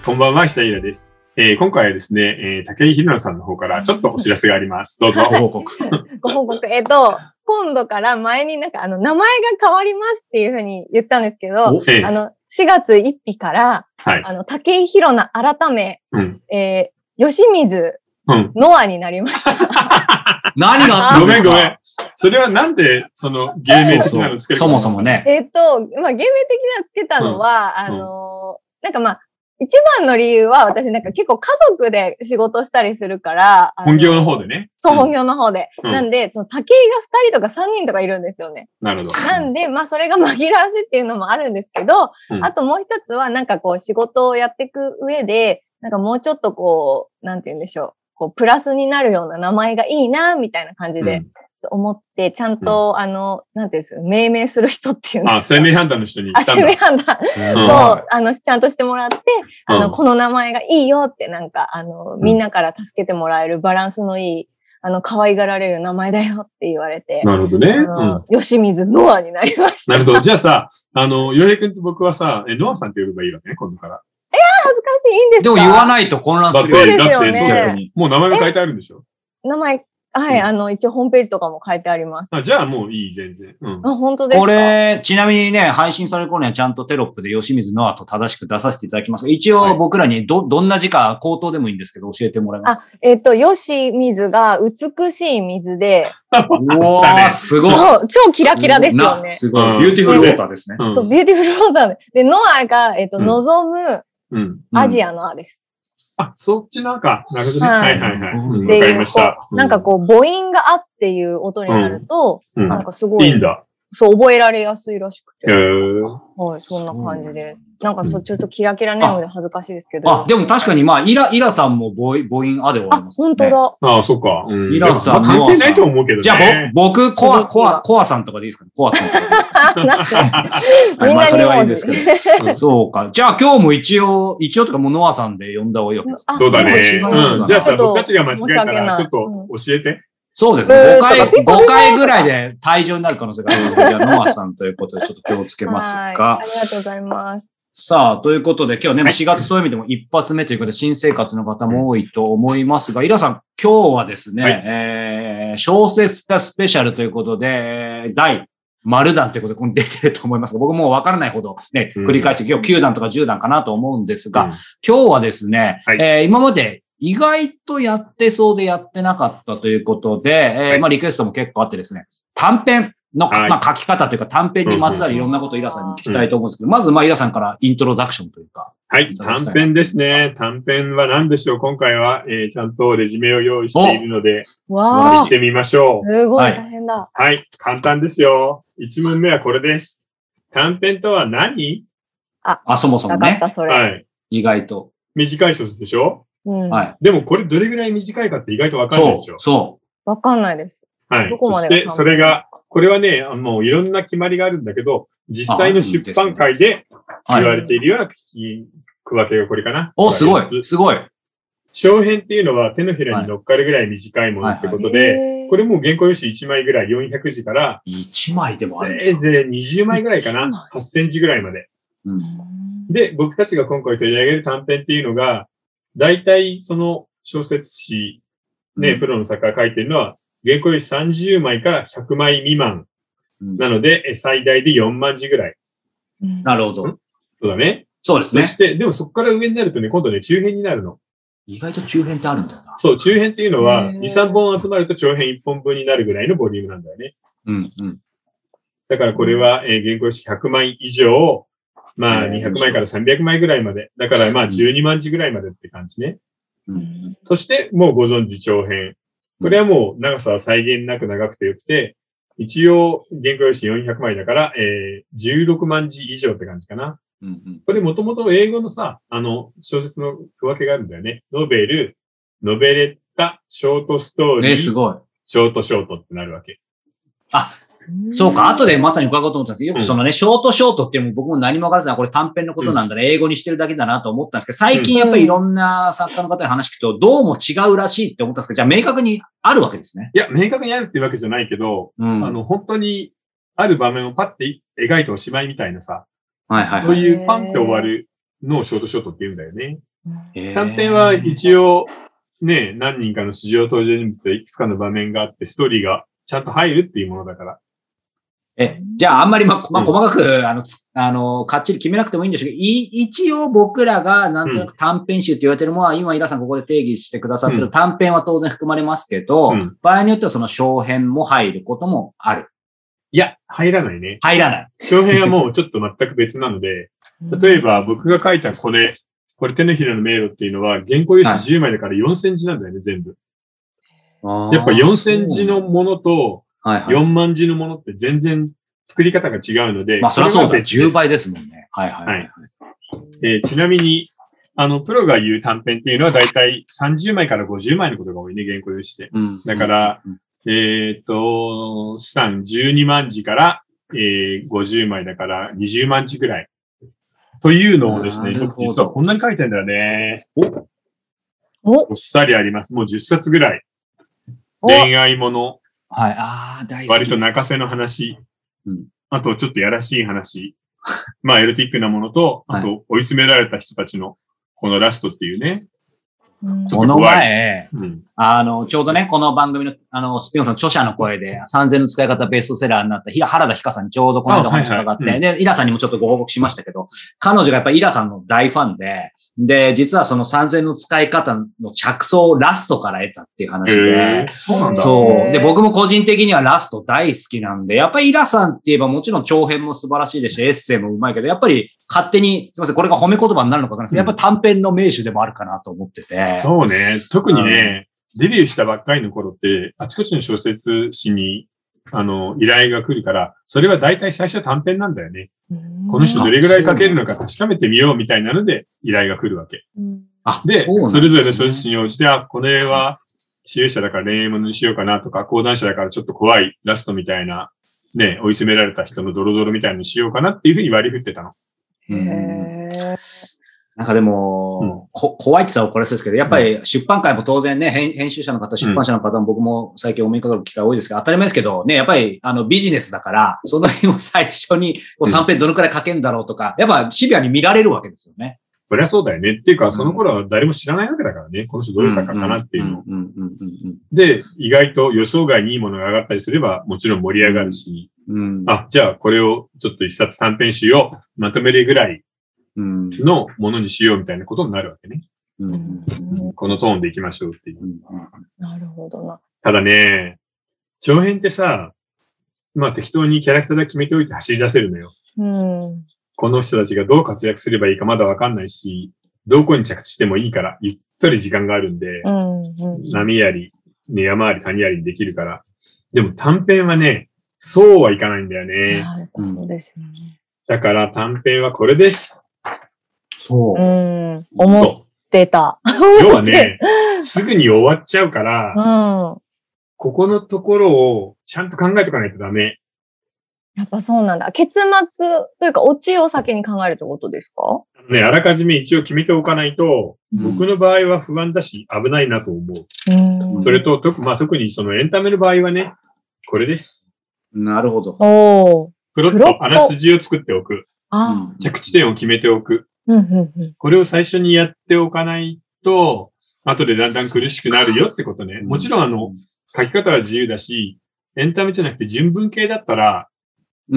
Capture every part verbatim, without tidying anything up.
こんばんは、下井です。えー、今回はですね、えー、武井宏奈さんの方からちょっとお知らせがあります。どうぞ。ご報告。 ご報告。えっと、今度から前になんかあの、名前が変わりますっていうふうに言ったんですけど、ええ、あの、しがつついたちから、はい、あの、武井宏奈改め、うん、えー、吉水ノアになりました。 何があったんですか？ ごめんごめん。それはなんで、その、芸名的なのつけるか。 そもそもね。 えっと、まあ、芸名的なつけたのは、うん、あの、なんかまあ、一番の理由は、私なんか結構家族で仕事したりするから。 本業の方でね。 そう、本業の方で。うん、なんで、その、武井がふたりとかさんにんとかいるんですよね。 なるほど。 なんで、まあ、それが紛らわしいっていうのもあるんですけど、うん、あともう一つは、なんかこう、仕事をやっていく上で、なんかもうちょっとこう、なんて言うんでしょう。こう、プラスになるような名前がいいな、みたいな感じで。うん思って、ちゃんと、うん、あの、なんていうんですか、命名する人っていうんですか。 あ、生命判断の人に言ったんだ。 あ、生命判断。そう、あの、ちゃんとしてもらって、あの、うん、この名前がいいよって、なんか、あの、みんなから助けてもらえるバランスのいい、あの、可愛がられる名前だよって言われて。 なるほどね。 あの、うん、吉水ノアになりました。 なるほど。じゃあさ、あの、洋平くんと僕はさ、え、ノアさんって呼べばいいわね、今度から。 えー、恥ずかしい、いいんですか？ でも言わないと混乱するよ。 だって、だってそうだよ。もう名前も変えてあるんでしょ？ 名前、はい、うん、あの、一応ホームページとかも書いてあります。 あ、じゃあもういい、全然。 うん。あ、本当ですか？ これ、ちなみにね、配信される頃にはちゃんとテロップで吉水ノアと正しく出させていただきますが、一応僕らにど、どんな字か口頭でもいいんですけど、教えてもらえますか？ あ、えっと、吉水が美しい水で。 おー、すごい。 そう、超キラキラですよね。 すごい。ビューティフルウォーターですね。 そう、ビューティフルウォーターで。で、ノアが、えっと、望む、アジアのアです。 あ、そっちなんか。なるほどね。はいはいはい。わ、 かりました。 なんかこう、母音があっていう音になると、なんかすごい。 いいんだ。 そう、覚えられやすいらしくて。 へー。 はい、そんな感じです。なんかそ、ちょっとキラキラネームで恥ずかしいですけど。 あ、でも確かにまあ、イラ、イラさんも母音、母音あで終わりますね。 あ、本当だ。 ああ、そっか。 イラさん。 関係ないと思うけどね。 じゃあ、僕、コア、コア、コアさんとかでいいですかね？コアさんとかでいいですかね？まあ、それはいいんですけど。そうか。じゃあ、今日も一応、一応とかもうノアさんで呼んだ方がいいよ。 そうだね。うん。じゃあさ、僕たちが間違えたら、ちょっと教えて。 そうですね。ごかい、ごかいぐらいで退場になる可能性がありますけど、じゃあ、ノアさんということでちょっと気をつけますが。 ありがとうございます。 さあ、ということで今日ね、しがつそういう意味でも一発目ということで、新生活の方も多いと思いますが、イラさん、今日はですね、はい、えー、小説家スペシャルということで、第丸弾ということで、ここに出てると思いますが、僕もうわからないほどね、繰り返して今日きゅうだんとかじゅうだんかなと思うんですが、うん、今日はですね、はい、えー、今まで意外とやってそうでやってなかったということで、えー、まあリクエストも結構あってですね、短編の、はい、まあ書き方というか短編にまつわるいろんなことをイラさんに聞きたいと思うんですけど、うん、まずまあイラさんからイントロダクションというか。 はい、短編ですね。短編は何でしょう？今回は、えー、ちゃんとレジュメを用意しているので、行ってみましょう。 すごい大変だ。 はい、簡単ですよ。いち問目はこれです。短編とは何？ あ、あそもそもね。 わかった、それ。 はい。 意外と。 短い小説でしょ？ うん、 はい。 でもこれどれぐらい短いかって意外とわかんないですよ。 そう、そう。 わかんないです。 はい。 どこまでそして、それが、これはね、もういろんな決まりがあるんだけど、実際の出版会で言われているような区分けがこれかな。 お、すごい、すごい。 小編っていうのは手のひらに乗っかるぐらい短いものってことで、これも原稿用紙いちまいぐらいよんひゃくじから、 いちまいでもある。 せいぜいにじゅうまいぐらいかな。はちセンチぐらいまで。 うん、 で、僕たちが今回取り上げる短編っていうのが、大体その小説誌、ね、うん、プロの作家が書いてるのは、原稿用紙さんじゅうまいからひゃくまい未満。なので、最大でよんまんじぐらい。 なるほど。 そうだね。 そうですね。 そして、でもそこから上になるとね、今度ね、中編になるの。 意外と中編ってあるんだよな。 そう、中編っていうのは、に、さんぼん集まると長編いっぽんぶんになるぐらいのボリュームなんだよね。 うん、うん。 だからこれは、えー、原稿用紙ひゃくまい以上、まあにひゃくまいからさんびゃくまいぐらいまで。だからまあじゅうにまんじぐらいまでって感じね。 うん、 そして、もうご存知長編。これはもう長さは際限なく長くてよくて、一応原稿用紙よんひゃくまいだから、えー、じゅうろくまんじ以上って感じかな。 うんうん、 これもともと英語のさ、あの、小説の区分けがあるんだよね。ノベル、ノベレッタ、ショートストーリー、 えー、すごい。 ショートショートってなるわけ。 あ、そうか。後でまさに伺おうと思ったんですけど、よくそのね、うん、ショートショートっていうのも僕も何もわからずな、これ短編のことなんだね、うん、英語にしてるだけだなと思ったんですけど、最近やっぱりいろんな作家の方に話聞くと、どうも違うらしいって思ったんですけど、じゃあ明確にあるわけですね。 いや、明確にあるっていうわけじゃないけど、うん、あの、本当にある場面をパッて描いておしまいみたいなさ、 はいはいはい、 そういうパンって終わるのをショートショートって言うんだよね。 短編は一応、ね、何人かの主要登場人物でいくつかの場面があって、ストーリーがちゃんと入るっていうものだから。 え、じゃああんまりま、まあ、細かく、あの、あの、かっちり決めなくてもいいんですけど、い一応僕らがなんとなく短編集って言われてるものは、うん、今、イラさんここで定義してくださってる短編は当然含まれますけど、うん、場合によってはその小編も入ることもある。 いや、入らないね。 入らない。 小編はもうちょっと全く別なので、例えば僕が書いたこれ、これ手のひらの迷路っていうのは原稿用紙じゅうまいだからよんセンチなんだよね、全部。やっぱよんセンチのものとよんまんじのものって全然作り方が違うので。 まあそりゃそうだ、じゅうばいですもんね。はいはい、はい。はいえー、ちなみに、あの、プロが言う短編っていうのはだいたいさんじゅうまいからごじゅうまいのことが多いね、原稿用紙で。うん、だから、うん、えっと、資産じゅうにまんじから、えー、ごじゅうまいだからにじゅうまんじぐらい。というのをですね、実はこんなに書いてんだよね。おおっさりあります。もうじゅっさつぐらい。恋愛もの。 はい。ああ、大好き。 割と泣かせの話。うん、あと、ちょっとやらしい話。まあ、エロティックなものと、あと、追い詰められた人たちの、このラストっていうね。 この前、うん、あの、ちょうどね、この番組の、あの、スピンオフの著者の声で、さんぜんの使い方ベストセラーになった原田ひかさんにちょうどこの間お話がかかって、はいはいうん、で、イラさんにもちょっとご報告しましたけど、彼女がやっぱりイラさんの大ファンで、で、実はそのさんぜんの使い方の着想をラストから得たっていう話で、 そうなんだ。 そう。で、僕も個人的にはラスト大好きなんで、やっぱりイラさんって言えばもちろん長編も素晴らしいですし、エッセイもうまいけど、やっぱり勝手に、すいません、これが褒め言葉になるのかわかんないですけど、やっぱり短編の名手でもあるかなと思ってて。 そうね。特にね、うん、デビューしたばっかりの頃って、あちこちの小説誌に、あの、依頼が来るから、それは大体最初は短編なんだよね。この人どれぐらい書けるのか確かめてみようみたいなので依頼が来るわけ。あで、そ, それぞれの小説誌に応じて、あ、これは、主演者だから恋愛ものにしようかなとか、講談社だからちょっと怖いラストみたいな、ね、追い詰められた人のドロドロみたいにしようかなっていうふうに割り振ってたの。 へー。なんかでも、うん、こ怖いって言ったらこれですけど、やっぱり出版界も当然ね、編, 編集者の方、出版社の方も僕も最近お目にかかる機会多いですけど、当たり前ですけど、ね、やっぱりあのビジネスだから、その辺を最初にこう短編どのくらい書けるんだろうとか、やっぱシビアに見られるわけですよね。 そりゃそうだよね。っていうか、その頃は誰も知らないわけだからね。この人どういう作家かなっていうの。で、意外と予想外にいいものが上がったりすれば、もちろん盛り上がるし、うんうん、あ、じゃあこれをちょっと一冊短編集をまとめるぐらいのものにしようみたいなことになるわけね。うんうん、このトーンでいきましょうっていう。 なるほどな。 ただね、長編ってさ、まあ適当にキャラクターで決めておいて走り出せるのよ。うんこの人たちがどう活躍すればいいかまだわかんないし、どこに着地してもいいから、ゆったり時間があるんで、うんうん、波あり、ね、山あり、谷ありにできるから。でも短編はね、そうはいかないんだよね。 そうですよね。 だから短編はこれです。 そう。うん、思ってた。 要はね、すぐに終わっちゃうから、うん、ここのところをちゃんと考えとかないとダメ。 やっぱそうなんだ。結末というか、オチを先に考えるってことですか？ ね、あらかじめ一応決めておかないと、うん、僕の場合は不安だし、危ないなと思う。うん、それと、とまあ、特にそのエンタメの場合はね、これです。 なるほど。 おプロット、あらすじを作っておく。あ着地点を決めておく、うんうんうん。これを最初にやっておかないと、後でだんだん苦しくなるよってことね。もちろんあの、書き方は自由だし、エンタメじゃなくて純文系だったら、うん。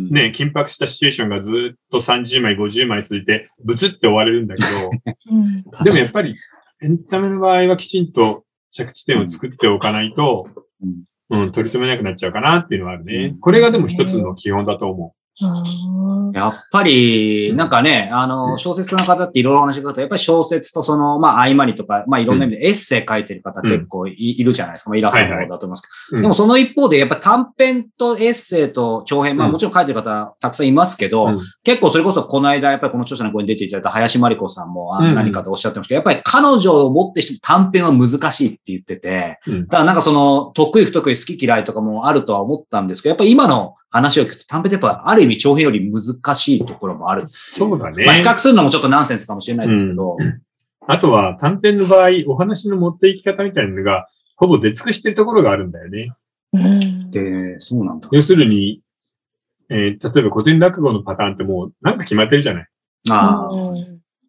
ね、緊迫したシチュエーションがずっとさんじゅうまい、ごじゅうまい続いて、ブツって終われるんだけど、うん、でもやっぱり、エンタメの場合はきちんと着地点を作っておかないと、うん、うん、取り留めなくなっちゃうかなっていうのはあるね。これがでも一つの基本だと思う。 やっぱり、なんかね、あの、小説家の方っていろいろお話があると、やっぱり小説とその、まあ、合間にとか、まあ、いろんな意味でエッセイ書いてる方結構 い,、うん、いるじゃないですか。まあ、イラストの方だと思いますけど、はいはい。でもその一方で、やっぱ短編とエッセイと長編、まあ、もちろん書いてる方たくさんいますけど、うん、結構それこそこの間、やっぱりこの著者の声に出ていただいた林真理子さんも何かとおっしゃってましたけど、やっぱり彼女をもってしても短編は難しいって言ってて、うん、だからなんかその、得意不得意好き嫌いとかもあるとは思ったんですけど、やっぱり今の話を聞くと短編ってやっぱある意味長編より難しいところもある。 そうだね。 まあ比較するのもちょっとナンセンスかもしれないですけど。うん、 あとは短編の場合、お話の持っていき方みたいなのがほぼ出尽くしてるところがあるんだよね。 うん、で、そうなんだ。 要するに、えー、例えば古典落語のパターンってもうなんか決まってるじゃない。ああ、うん。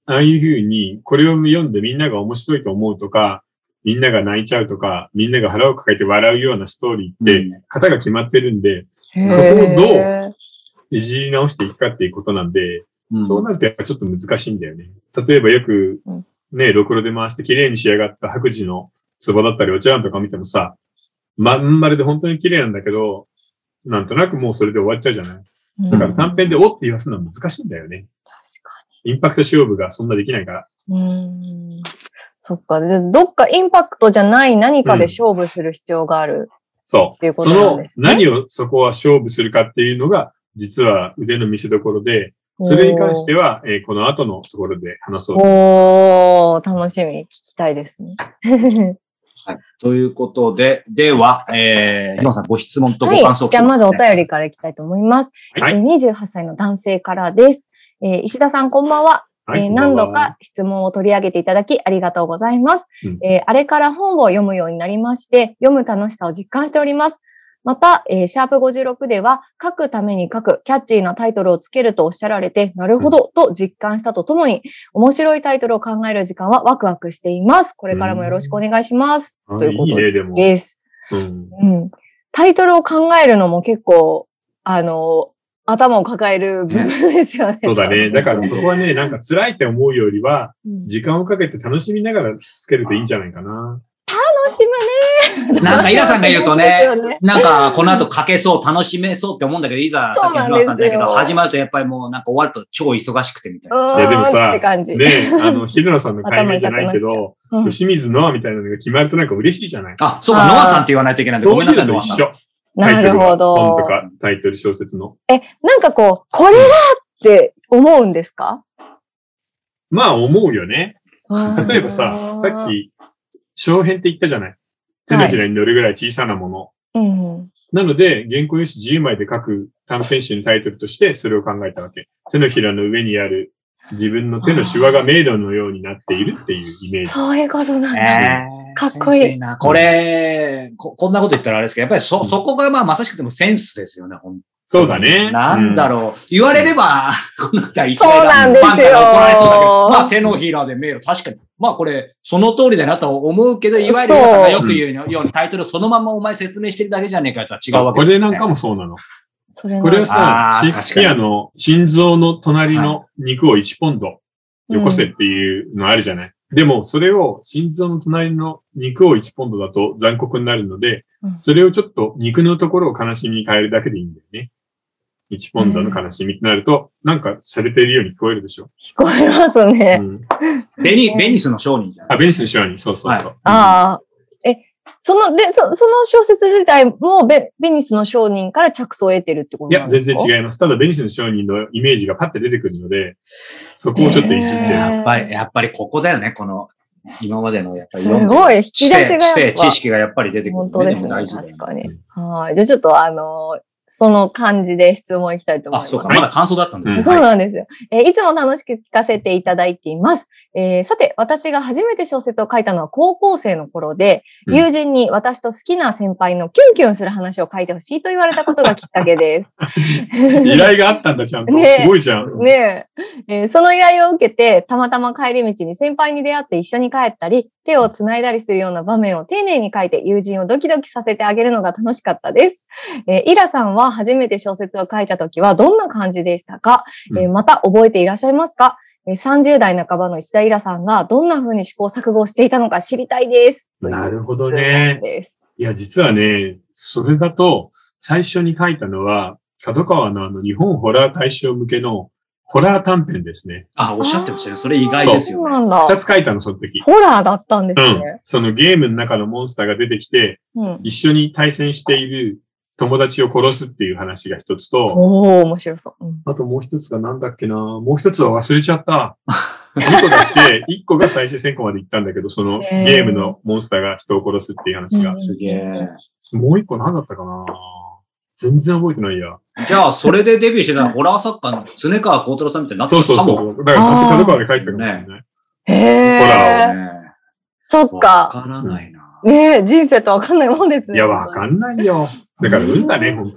ああいうふうに、これを読んでみんなが面白いと思うとか、みんなが泣いちゃうとか、みんなが腹を抱えて笑うようなストーリーって、型が決まってるんで、そこをどういじり直していくかっていうことなんで、うん、そうなるとやっぱちょっと難しいんだよね。例えばよく、ね、ろくろで回して綺麗に仕上がった白磁の壺だったりお茶碗とか見てもさ、まん丸で本当に綺麗なんだけど、なんとなくもうそれで終わっちゃうじゃない。だから短編でおって言わすのは難しいんだよね。 確かに。インパクト勝負がそんなできないから。 うーん。そっか。で、どっかインパクトじゃない何かで勝負する必要がある、うん。 そう。 っていうことなんですね。 その何をそこは勝負するかっていうのが、実は腕の見せ所で、それに関しては、えー、この後のところで話そう。 おー、楽しみ。聞きたいですね。 はい。ということで、では、えー、ひろさんご質問とご感想を聞きます、ね。はい。 じゃあまずお便りからいきたいと思います。はい。えー、にじゅうはっさいの男性からです。えー、石田さんこんばんは。はい、えー、何度か質問を取り上げていただきありがとうございます、うんえー。あれから本を読むようになりまして、読む楽しさを実感しております。また、えー、シャープごじゅうろくでは、書くために書く、キャッチーなタイトルをつけるとおっしゃられて、なるほど、と実感したとともに、面白いタイトルを考える時間はワクワクしています。これからもよろしくお願いします。 うん、 ということいいね、でもです、うんうん。タイトルを考えるのも結構、あの、頭を抱える部分ですよね。 そうだね。だからそこはね、なんか辛いって思うよりは、時間をかけて楽しみながらつけるといいんじゃないかな。 楽しむね。 なんか、イラさんが言うとね、ねなんか、この後書けそう、楽しめそうって思うんだけど、いざ、さっきのひろさんじゃないけど、始まるとやっぱりもうなんか終わると超忙しくてみたいな。 いや、でもさ、ね、あの、ひろさんの解明じゃないけど、牛水ノアみたいなのが決まるとなんか嬉しいじゃない。 あ、そうか、ノアさんって言わないといけないんで、ごめんなさい、 ノアさん。一緒。 なるほど。 本とかタイトル小説の。 え、なんかこう、これだって思うんですか？ まあ思うよね。例えばさ、さっき、小編って言ったじゃない。手のひらに乗るぐらい小さなもの。 はいうん、 なので、原稿用紙じゅうまいで書く短編集のタイトルとしてそれを考えたわけ。手のひらの上にある自分の手のシワが迷路のようになっているっていうイメージ。 そういうことなんだ。 えー、かっこいい。なこれこ、こんなこと言ったらあれですけど、やっぱりそ、うん、そこがまあまさしくてもセンスですよね、ほんそうだね。 なんだろう。うん、言われれば、この人は一概がバンから怒られそうだけど、まあ手のひらで迷路、確かに。まあこれ、その通りだなと思うけど、いわゆる皆さんがよく言うようにタイトルそのままお前説明してるだけじゃねえかとは違うわけですよね。これなんかもそうなの。それこれはさ、シェイクスピアの心臓の隣の肉をいちポンドよこせっていうのあるじゃない。うん、でも、それを心臓の隣の肉をいちポンドだと残酷になるので、うん、それをちょっと肉のところを悲しみに変えるだけでいいんだよね。いちポンドの悲しみってなると、うん、なんか洒落てるように聞こえるでしょ。 聞こえますね。うん、 ベニ、ベニスの商人じゃないですか。 あ、ベニスの商人、そうそうそう。はい、 ああ。え、その、で、そ、その小説自体もベ、ベニスの商人から着想を得てるってことなんですか？ いや、全然違います。ただ、ベニスの商人のイメージがパッて出てくるので、そこをちょっといじって。 やっぱり、やっぱりここだよね、この、今までの、やっぱり。すごい、引き出しが。 知性、知識がやっぱり出てくる、ね。 本当ですね。確かに。はい。じゃあちょっとあのー、その感じで質問いきたいと思います。 あ、そうか。まだ感想だったんですね。 そうなんですよ。えー、いつも楽しく聞かせていただいています。えー、さて、私が初めて小説を書いたのは高校生の頃で、うん、友人に私と好きな先輩のキュンキュンする話を書いてほしいと言われたことがきっかけです。 依頼があったんだ、ちゃんと。ね、すごいじゃん。 ねええー。その依頼を受けて、たまたま帰り道に先輩に出会って一緒に帰ったり、手を繋いだりするような場面を丁寧に書いて友人をドキドキさせてあげるのが楽しかったです。えー、イラさんは初めて小説を書いたときはどんな感じでしたか？うん、えー、また覚えていらっしゃいますか？さんじゅう代半ばの石田イラさんがどんな風に試行錯誤をしていたのか知りたいです。 なるほどね。いや、実はね、それだと最初に書いたのは、角川のあの日本ホラー大賞向けのホラー短編ですね。 あ、おっしゃってましたね。それ意外ですよね。 そうなんだ。 二つ書いたの、その時。 ホラーだったんですね。うん。 そのゲームの中のモンスターが出てきて、うん、一緒に対戦している友達を殺すっていう話が一つと、 おー、面白そう。うん、 あともう一つがなんだっけな、もう一つは忘れちゃった。二個出して、一個が最終選考まで行ったんだけど、そのゲームのモンスターが人を殺すっていう話が。 すげえ。 もう一個何だったかな。全然覚えてないや。 じゃあ、それでデビューしてたホラー作家の常川幸太郎さんみたいになってたかも。 そうそうそう。だから角川で書いてたかもしれない。ね、 へー。ホラーをね。そっか。 わからないな。 ねえ、人生とわかんないもんですね。 いや、わかんないよ。だから運だね、本当に。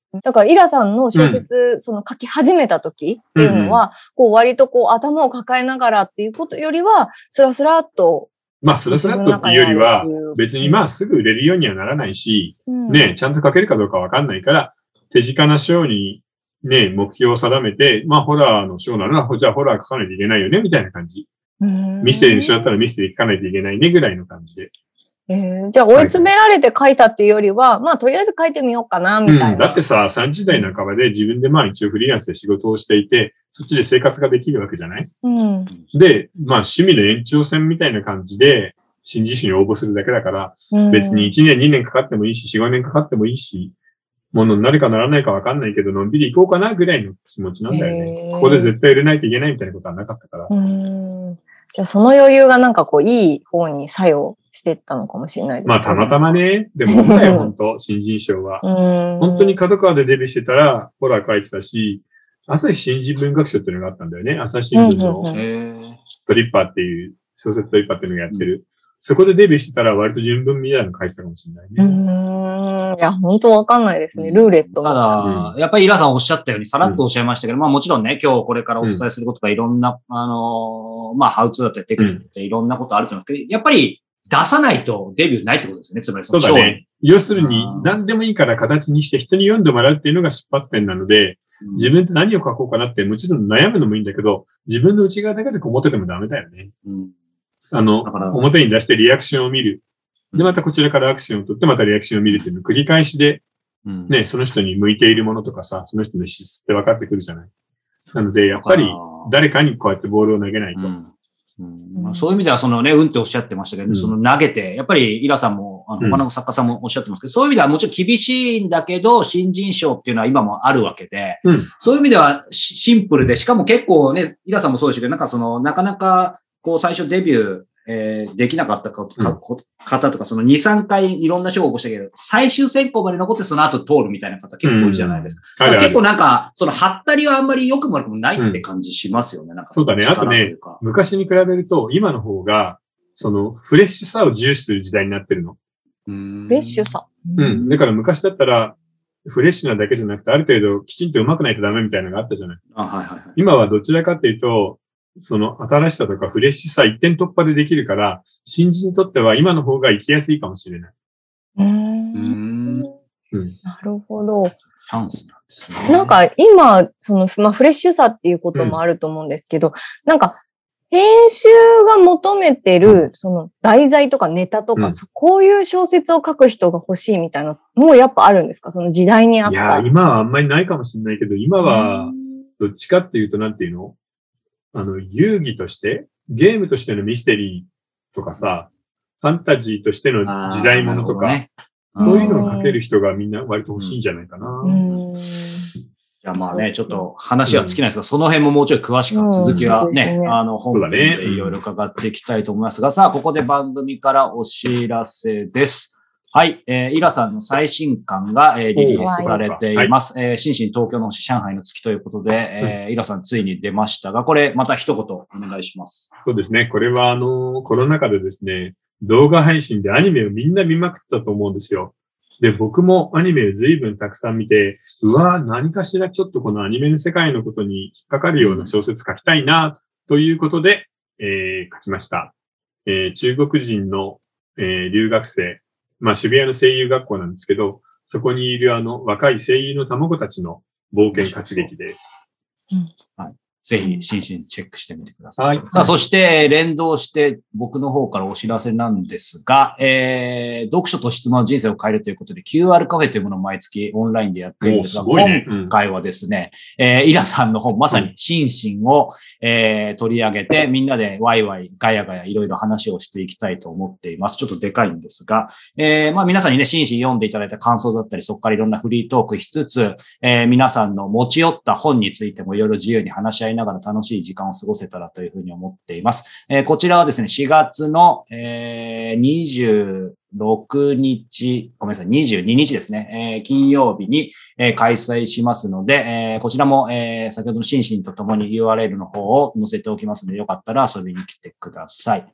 だから、イラさんの小説、うん、その書き始めた時っていうのは、うんうん、こう割とこう頭を抱えながらっていうことよりは、スラスラっと。 まあ、スラスラっとっていうよりは、別にまあすぐ売れるようにはならないし、うん、ね、ちゃんと書けるかどうかわかんないから、手近な章にね、目標を定めて、まあホラーの章なら、じゃあホラー書かないといけないよね、みたいな感じ。ミステリーの章だったらミステリー書かないといけないね、ぐらいの感じで。 えー、じゃあ追い詰められて書いたっていうよりは、まあとりあえず書いてみようかな、みたいな、うん。 だってさ、さんじゅう代半ばで自分でまあ一応フリーランスで仕事をしていて、そっちで生活ができるわけじゃない、うん、で、まあ趣味の延長線みたいな感じで、新人種に応募するだけだから、うん、別にいちねんにねんかかってもいいし、よん、ごねんかかってもいいし、ものになるかならないかわかんないけど、のんびり行こうかなぐらいの気持ちなんだよね。ここで絶対売れないといけないみたいなことはなかったから。 うんじゃあその余裕がなんかこういい方に作用してったのかもしれないですね。 まあたまたまね。でも本当よ、本当新人賞は。本当に角川でデビューしてたら、ホラー書いてたし、朝日新人文学賞っていうのがあったんだよね。朝日新聞のトリッパーっていう、小説トリッパーっていうのをやってる。うん、そこでデビューしてたら割と純文みたいなの書いてたかもしれないね。 うん。いや、本当わかんないですね。ルーレット。 ただ、うん、やっぱりイラさんおっしゃったように、さらっとおっしゃいましたけど、うん、まあもちろんね、今日これからお伝えすることがいろんな、うん、あのー、まあハウツーだったりテクニックだったりいろんなことあると思うけど、やっぱり出さないとデビューないってことですね。つまりそのそうだね。要するに、何でもいいから形にして人に読んでもらうっていうのが出発点なので、うん、自分って何を書こうかなってもちろん悩むのもいいんだけど、自分の内側だけでこもっててもダメだよね。うんあの、表に出してリアクションを見る。で、またこちらからアクションを取って、またリアクションを見るっていうのを繰り返しで、ね、その人に向いているものとかさ、その人の資質って分かってくるじゃない。なので、やっぱり誰かにこうやってボールを投げないと。うんうんまあ、そういう意味では、そのね、うんっておっしゃってましたけど、うん、その投げて、やっぱりイラさんも、あの、他の作家さんもおっしゃってますけど、うん、そういう意味ではもちろん厳しいんだけど、新人賞っていうのは今もあるわけで、うん、そういう意味ではシンプルで、しかも結構ね、イラさんもそうでしたけど、なんかその、なかなか、こう最初デビュー、えー、できなかったか、か、うん、方とか、そのに、さんかいいろんな賞を応募したけど、最終選考まで残ってその後通るみたいな方結構多いじゃないですか。うん、結構なんか、そのハったりはあんまり良くも悪くもないって感じしますよね。うん、なんかそうだね。あとね、昔に比べると今の方が、そのフレッシュさを重視する時代になってるの。 フレッシュさ。 うん。だから昔だったら、フレッシュなだけじゃなくて、ある程度きちんと上手くないとダメみたいなのがあったじゃない。 あ、はいはいはい。 今はどちらかっていうと、その新しさとかフレッシュさ一点突破でできるから、新人にとっては今の方が生きやすいかもしれない。 うーん。うん、なるほど。 チャンスなんですね。 なんか今、その、まあ、フレッシュさっていうこともあると思うんですけど、うん、なんか、編集が求めてる、その題材とかネタとか、うん、こういう小説を書く人が欲しいみたいなのもやっぱあるんですか？その時代にあった。いや、今はあんまりないかもしれないけど、今は、どっちかっていうと、なんていうの？あの、遊戯として、ゲームとしてのミステリーとかさ、ファンタジーとしての時代物とか、ね、そういうのを書ける人がみんな割と欲しいんじゃないかな。うん。 じゃあまあね、ちょっと話は尽きないですが、うん、その辺ももうちょい詳しく続きはね、うん、あの、本編でいろいろ伺っていきたいと思いますが、さあ、ここで番組からお知らせです。はい、えー、イラさんの最新刊が、えー、リリースされています。はい、えー、心身東京の星、上海の月ということで、えー、イラさんついに出ましたが、これまた一言お願いします。 そうですね。これはあの、コロナ禍でですね、動画配信でアニメをみんな見まくってたと思うんですよ。で、僕もアニメを随分たくさん見て、うわぁ、何かしらちょっとこのアニメの世界のことに引っかかるような小説書きたいな、ということで、えー、書きました。えー、中国人の、えー、留学生、まあ渋谷の声優学校なんですけど、そこにいるあの若い声優の卵たちの冒険活劇です。 うん、はい。ぜひ、心身チェックしてみてください。はい。さあ、そして、連動して、僕の方からお知らせなんですが、えー、読書と質問の人生を変えるということで、キューアール カフェというものを毎月オンラインでやっているんですが、ね、今回はですね、えー、イラさんの本、まさに心身を、えー、取り上げて、みんなでワイワイ、ガヤガヤ、いろいろ話をしていきたいと思っています。ちょっとでかいんですが、えー、まあ皆さんにね、心身読んでいただいた感想だったり、そこからいろんなフリートークしつつ、えー、皆さんの持ち寄った本についてもいろいろ自由に話し合いながら楽しい時間を過ごせたらというふうに思っています。えー、こちらはですね、しがつの、えー、にじゅうろくにち、ごめんなさい、にじゅうににちですね、えー、金曜日に、えー、開催しますので、えー、こちらも、えー、先ほどの心身とともに ユーアールエル の方を載せておきますので、よかったら遊びに来てください。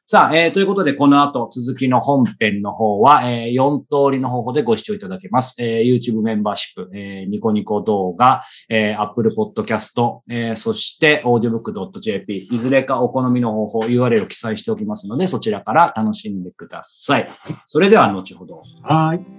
さあ、えー、ということで、この後、続きの本編の方は、えー、よん通りの方法でご視聴いただけます。えー、YouTube メンバーシップ、えー、ニコニコ動画、えー、Apple Podcast、えー、そして、オーディオブックドットジェーピー、いずれかお好みの方法、ユーアールエル を記載しておきますので、そちらから楽しんでください。それでは、後ほど。 はい。